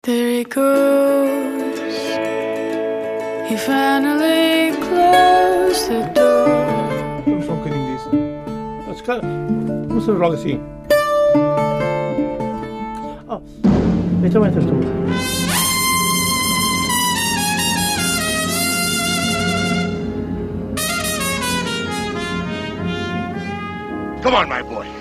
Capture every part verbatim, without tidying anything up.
There he goes. He finally closed the door. Vamos só um bocadinho disso. Mas, cara, vamos fazer logo assim. Oh, então entras tu. Come on, my boy.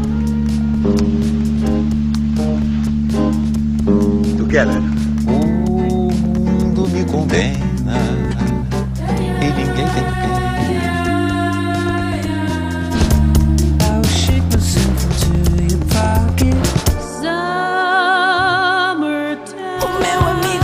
Together. O mundo me condena e ninguém tem pena. I'll shake myself into your pocket. Summertime. O meu amigo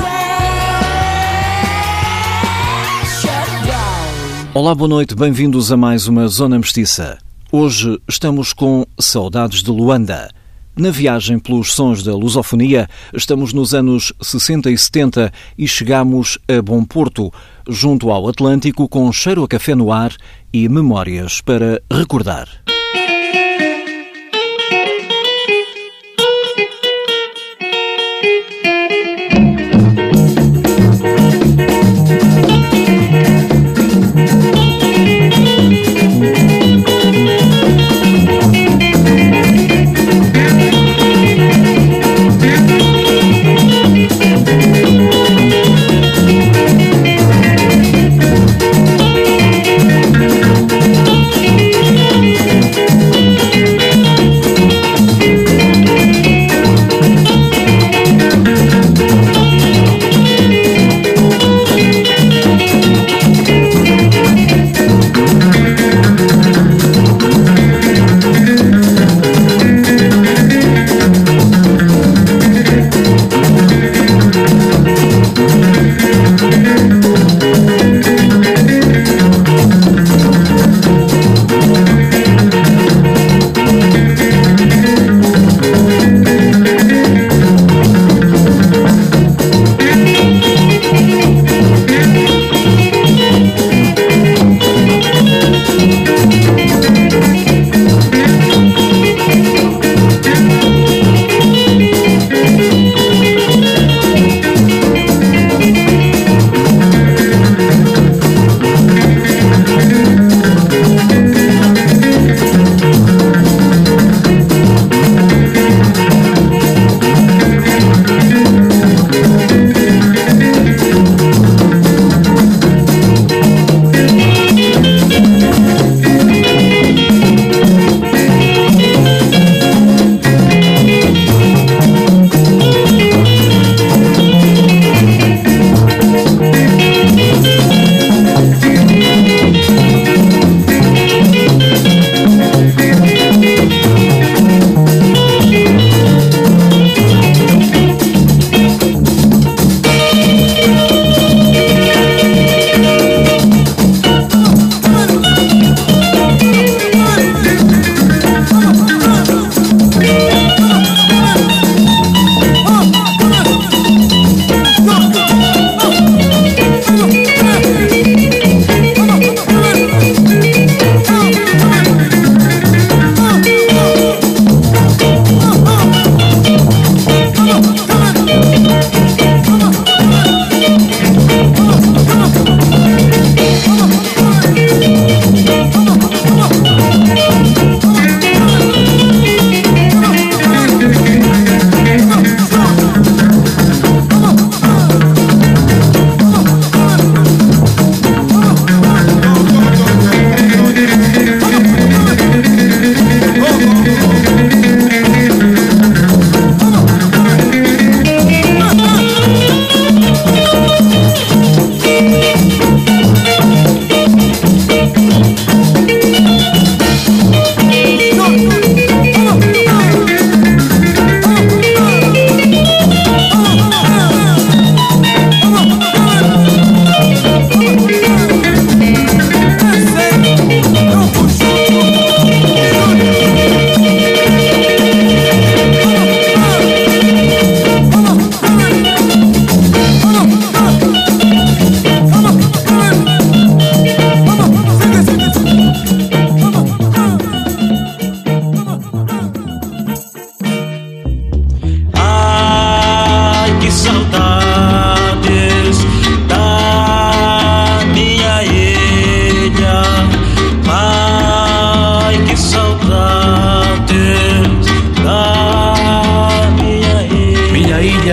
é Shutdown. Olá, boa noite, bem-vindos a mais uma Zona Mestiça. Hoje estamos com Saudades de Luanda. Na viagem pelos sons da lusofonia, estamos nos anos sessenta e setenta e chegamos a Bom Porto, junto ao Atlântico, com cheiro a café no ar e memórias para recordar.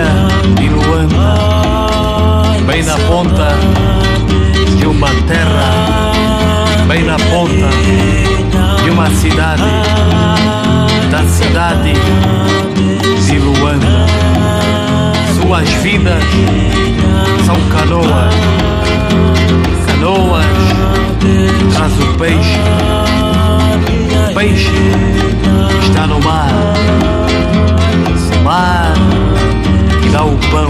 ilha de Luanda, bem na ponta de uma terra, bem na ponta de uma cidade, da cidade de Luanda. Suas vidas são canoas, canoas traz o peixe, o peixe está no mar, o mar que dá o pão,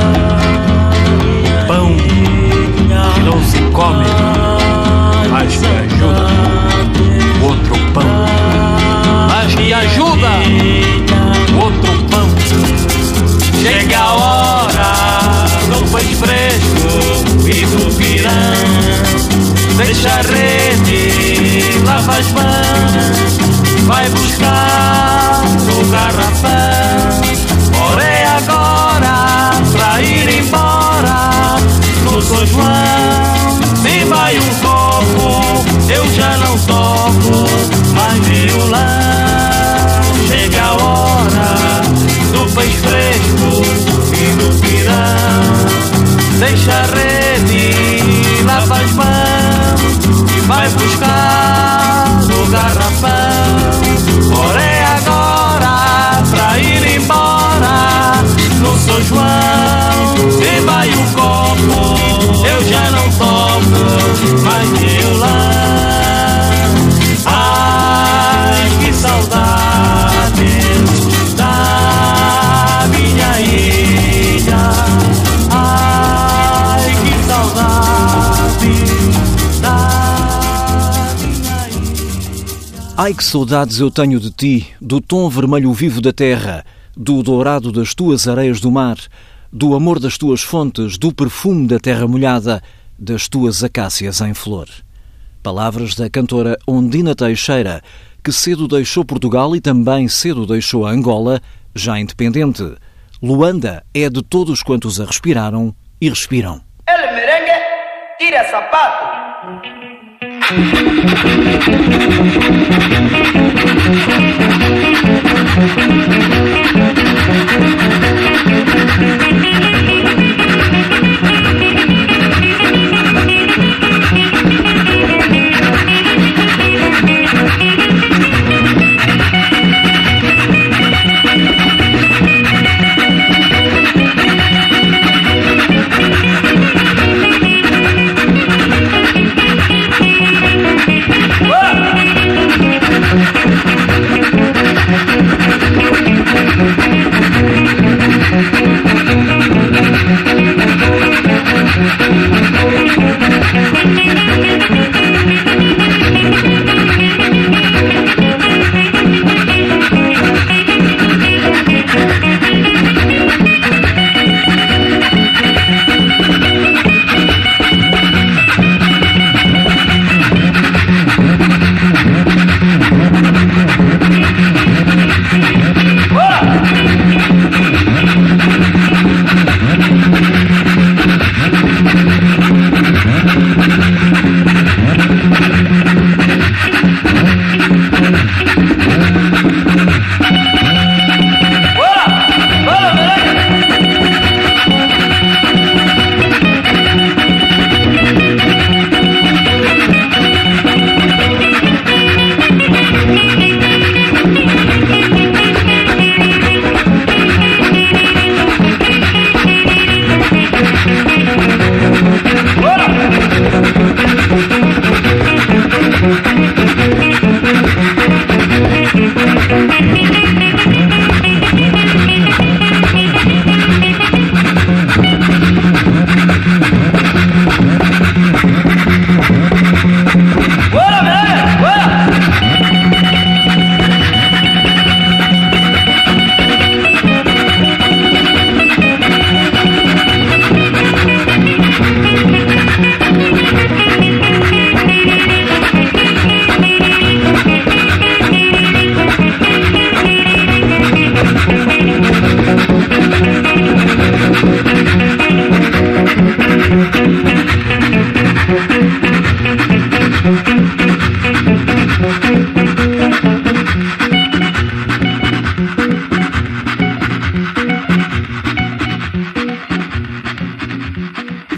o pão que não se come, mas que ajuda o outro pão, mas que ajuda o outro pão. Chega a hora do peixe fresco e do pirão, deixa a rede, lava as mãos, vai buscar o garrafão. Ora é agora pra ir embora no São João. Se vai um copo, eu já não toco mais violão. Chega a hora do peixe fresco e do pirão, deixa a rede, lava as mãos e vai buscar o garrafão. Ora é agora pra ir embora no São João. Se vai um copo, eu já não toco mais violão. Ai, que saudade da minha ilha. Ai, que saudade da minha ilha. Ai, que saudades eu tenho de ti, do tom vermelho vivo da terra, do dourado das tuas areias do mar, do amor das tuas fontes, do perfume da terra molhada, das tuas acácias em flor. Palavras da cantora Ondina Teixeira, que cedo deixou Portugal e também cedo deixou a Angola, já independente. Luanda é de todos quantos a respiraram e respiram. El merengue tira sapato.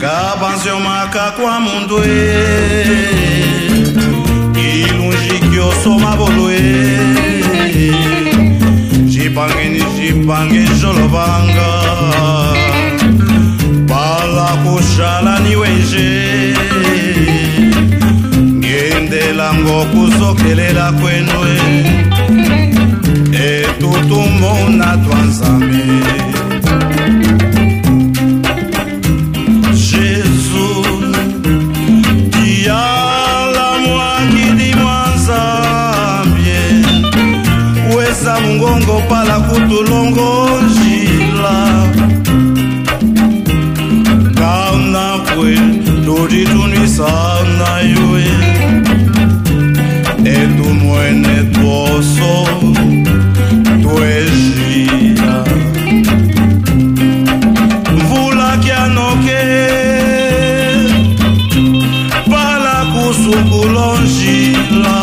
Cabanzio macaco a mundo e longe que eu sou mabolue. Jipangue jipangue jolobanga bala kushala ni wenje ngende lango kuzokelela kwenwe etutumona twanzame. Mungongo pala kutulongo jila kauna kwe dodi tunisana yue etu mwene tuoso tuejia mvula kianoke pala kusukulonjila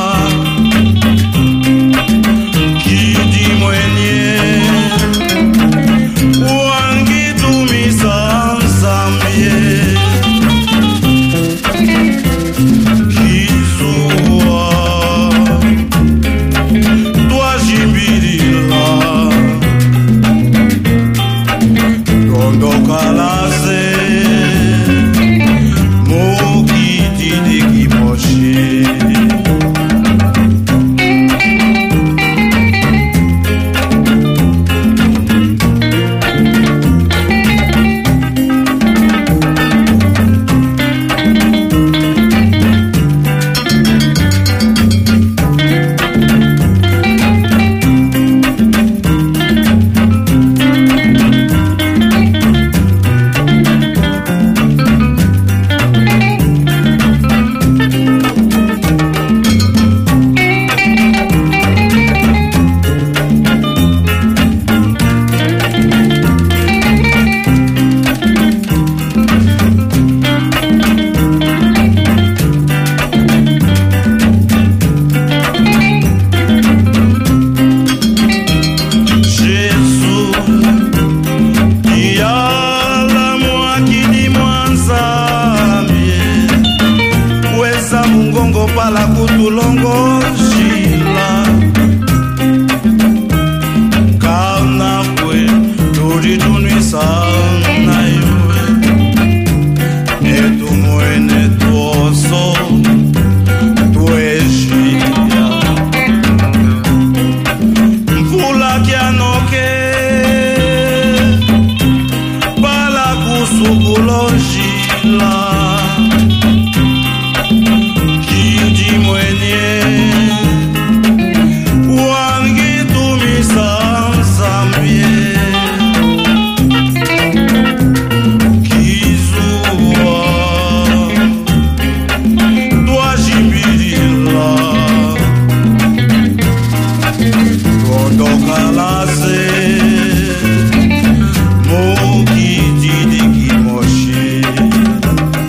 Moki didi ki moshi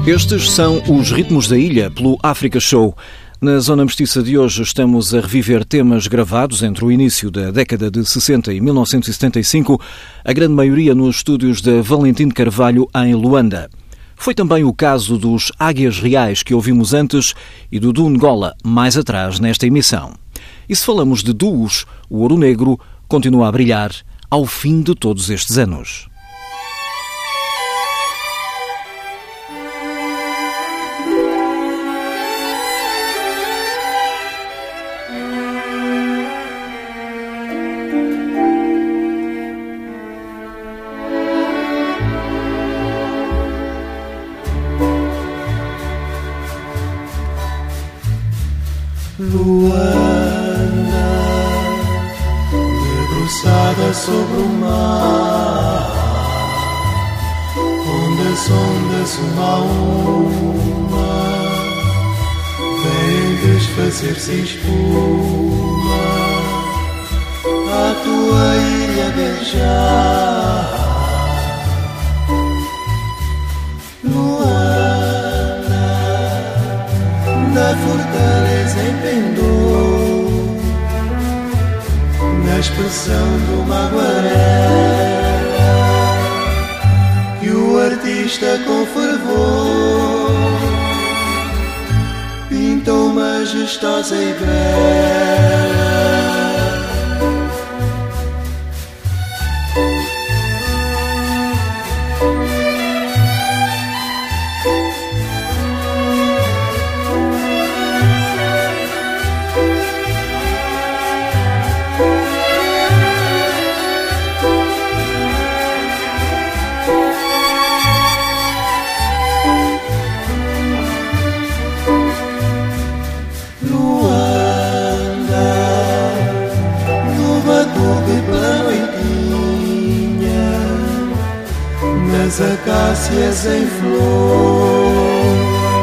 Estes são os ritmos da ilha pelo Africa Show. Na Zona Mestiça de hoje estamos a reviver temas gravados entre o início da década de sessenta e mil novecentos e setenta e cinco, a grande maioria nos estúdios da Valentim de Carvalho em Luanda. Foi também o caso dos Águias Reais que ouvimos antes e do Du Ngola mais atrás nesta emissão. E se falamos de duos, o Ouro Negro continua a brilhar ao fim de todos estes anos. Luanda, debruçada sobre o mar, onde as ondas uma a uma vêm desfazer-se em espuma, a tua ilha beijar. Luanda, na fortaleza em pendor, na expressão do maguarela, que o artista com fervor pintou majestosa e bela. As acácias em flor,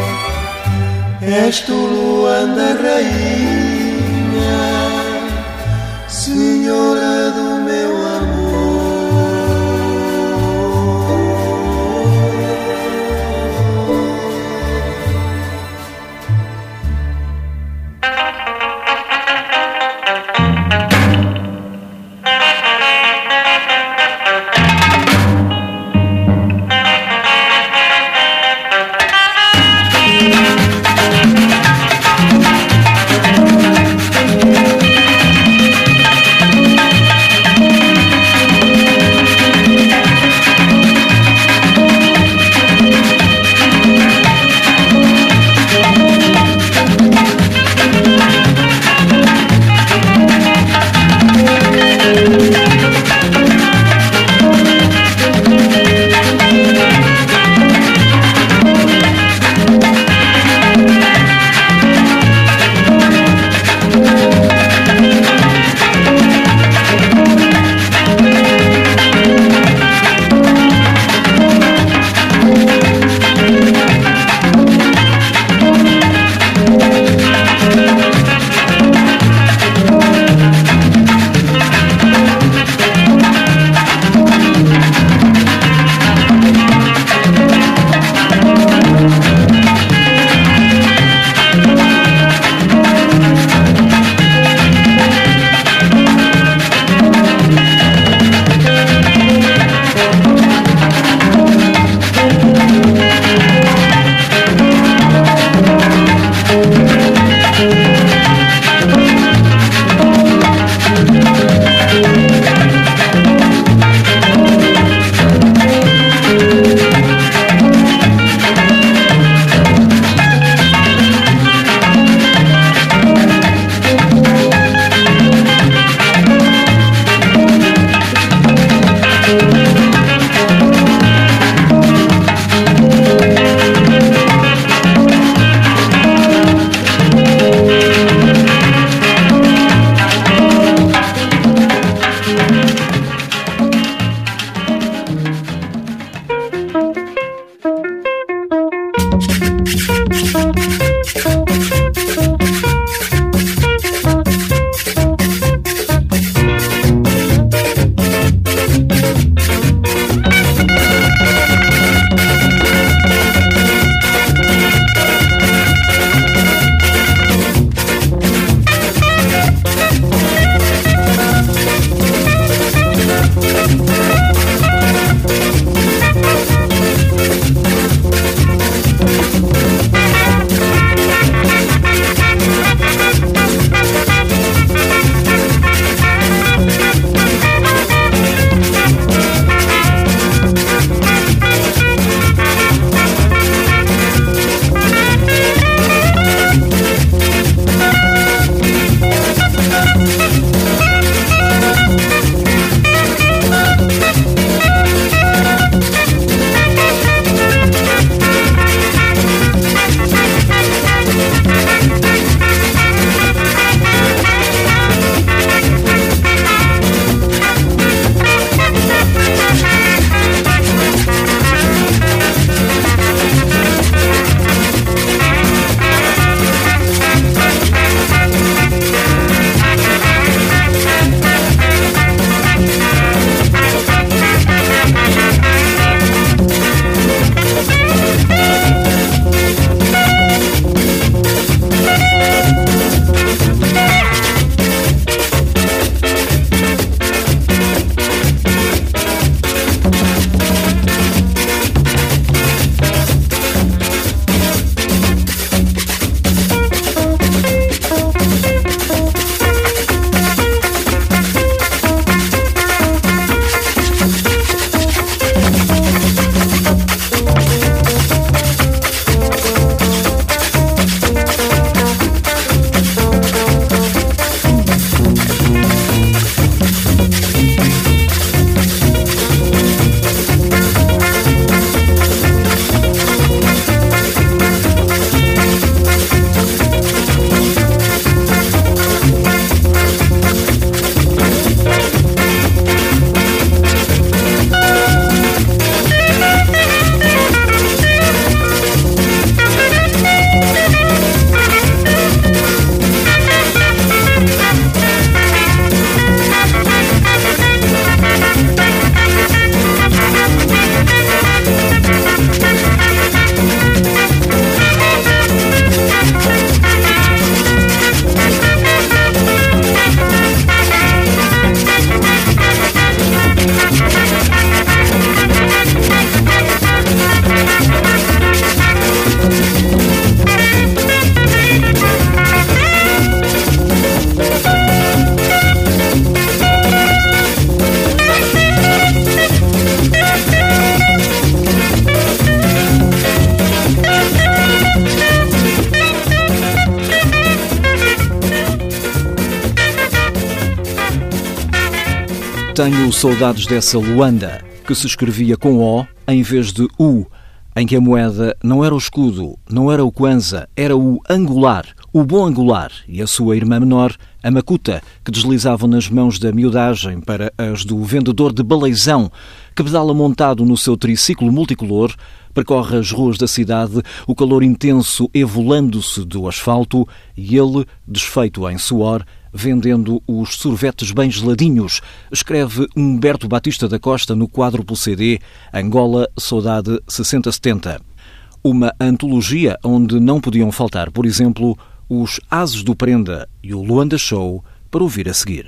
és tu, Luanda, rainha, senhora do meu amor. Thank you. Tenho saudades dessa Luanda, que se escrevia com O em vez de U, em que a moeda não era o escudo, não era o kwanza, era o angular, o bom angular, e a sua irmã menor, a macuta, que deslizavam nas mãos da miudagem para as do vendedor de baleizão, que pedala montado no seu triciclo multicolor, percorre as ruas da cidade, o calor intenso evolando-se do asfalto e ele, desfeito em suor, vendendo os sorvetes bem geladinhos, escreve Humberto Batista da Costa no quádruplo C D Angola Saudade sessenta setenta. Uma antologia onde não podiam faltar, por exemplo, os Ases do Prenda e o Luanda Show, para ouvir a seguir.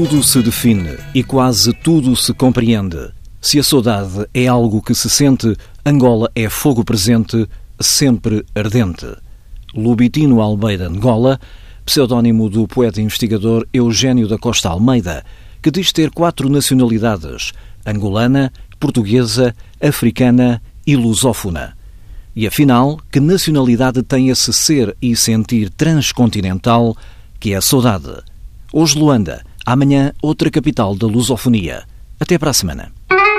Tudo se define e quase tudo se compreende. Se a saudade é algo que se sente, Angola é fogo presente, sempre ardente. Lubitino Almeida Angola, pseudónimo do poeta e investigador Eugênio da Costa Almeida, que diz ter quatro nacionalidades: angolana, portuguesa, africana e lusófona. E afinal, que nacionalidade tem esse ser e sentir transcontinental que é a saudade? Hoje Luanda, amanhã outra capital da lusofonia. Até para a semana.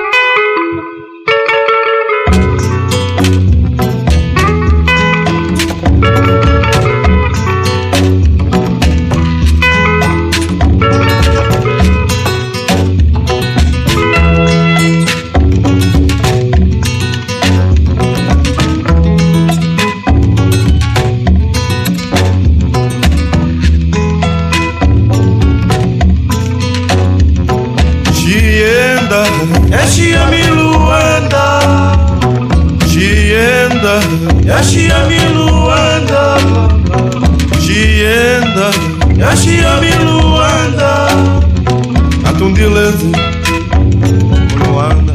Yashiyami Luanda, Chienda, Yashiyami Luanda, Chienda, Yashiyami Luanda, Atundileze, Luanda,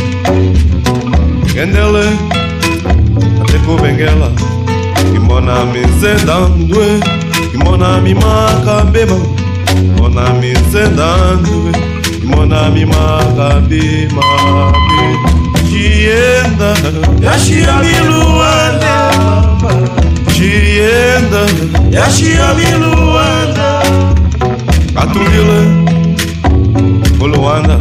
Gendele, Ateko Bengela, Kimona Mizendandwe, Kimona Mimakabema, Kimona Mizendandwe. Monami magabi mabi Chienda Yashiyami Luanda, Chienda Yashiyami Luanda, Atundile Luanda,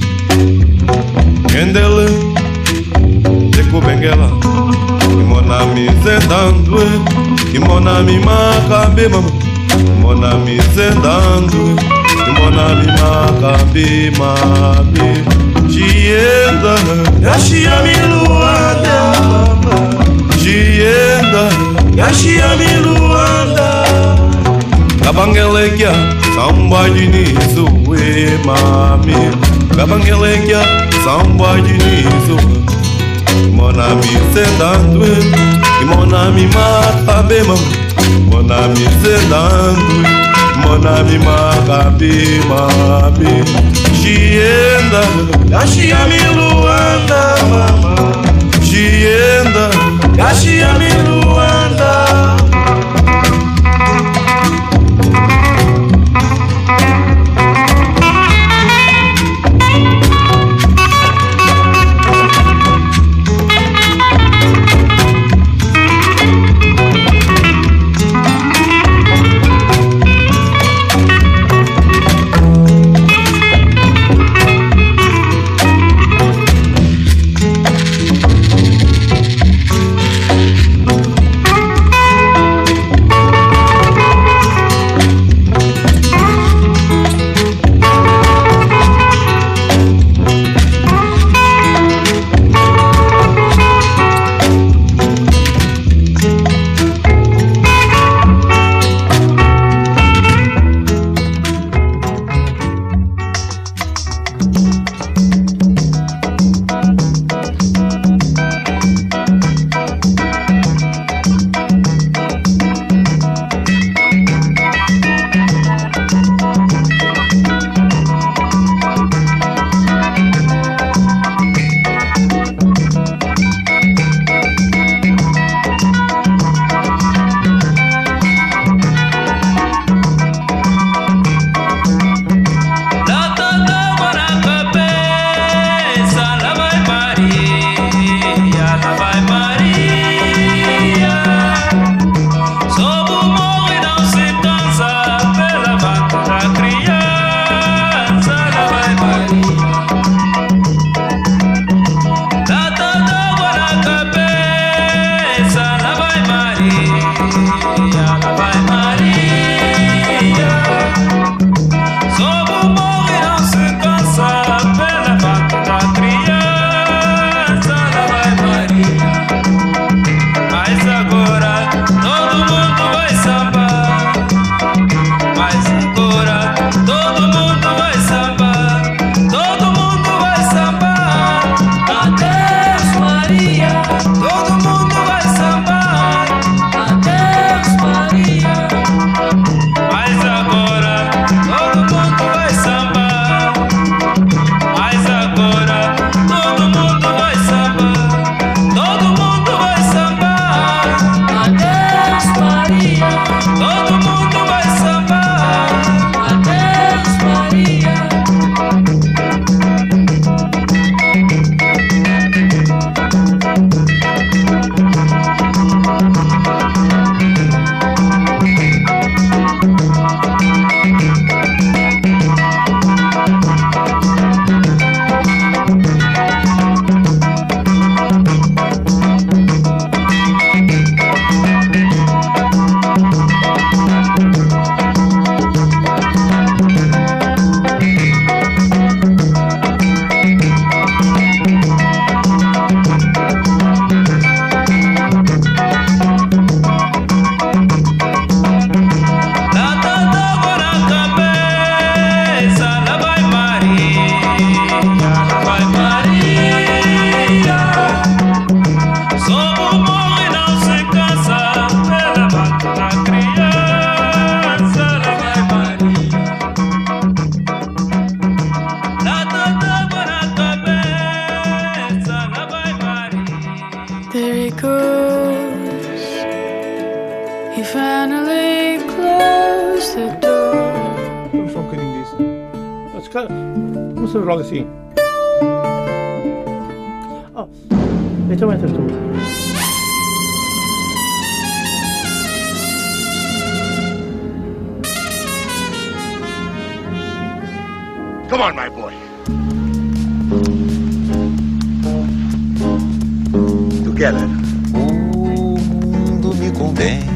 Kendele Teko Bengela, Monami Zendandwe, Monami magabi mabi Monami Zendandwe, Monami magabi mabi Chienda Yashiyami Luanda, Chienda Yashiyami Luanda, Kabangelekia Somebody needs to way mami, Kabangelekia Somebody needs to Monami Zendandwe, Monami magabi mabi Monami Zendandwe, Monami magabi mabi Chienda Yashiyami Luanda, Chienda Yashiyami Luanda. because he finally closed the door. Vamos só um bocadinho disso. Mas, cara, vamos fazer logo assim. Oh, então entras tu. Come on, my boy. Together. O mundo me condena.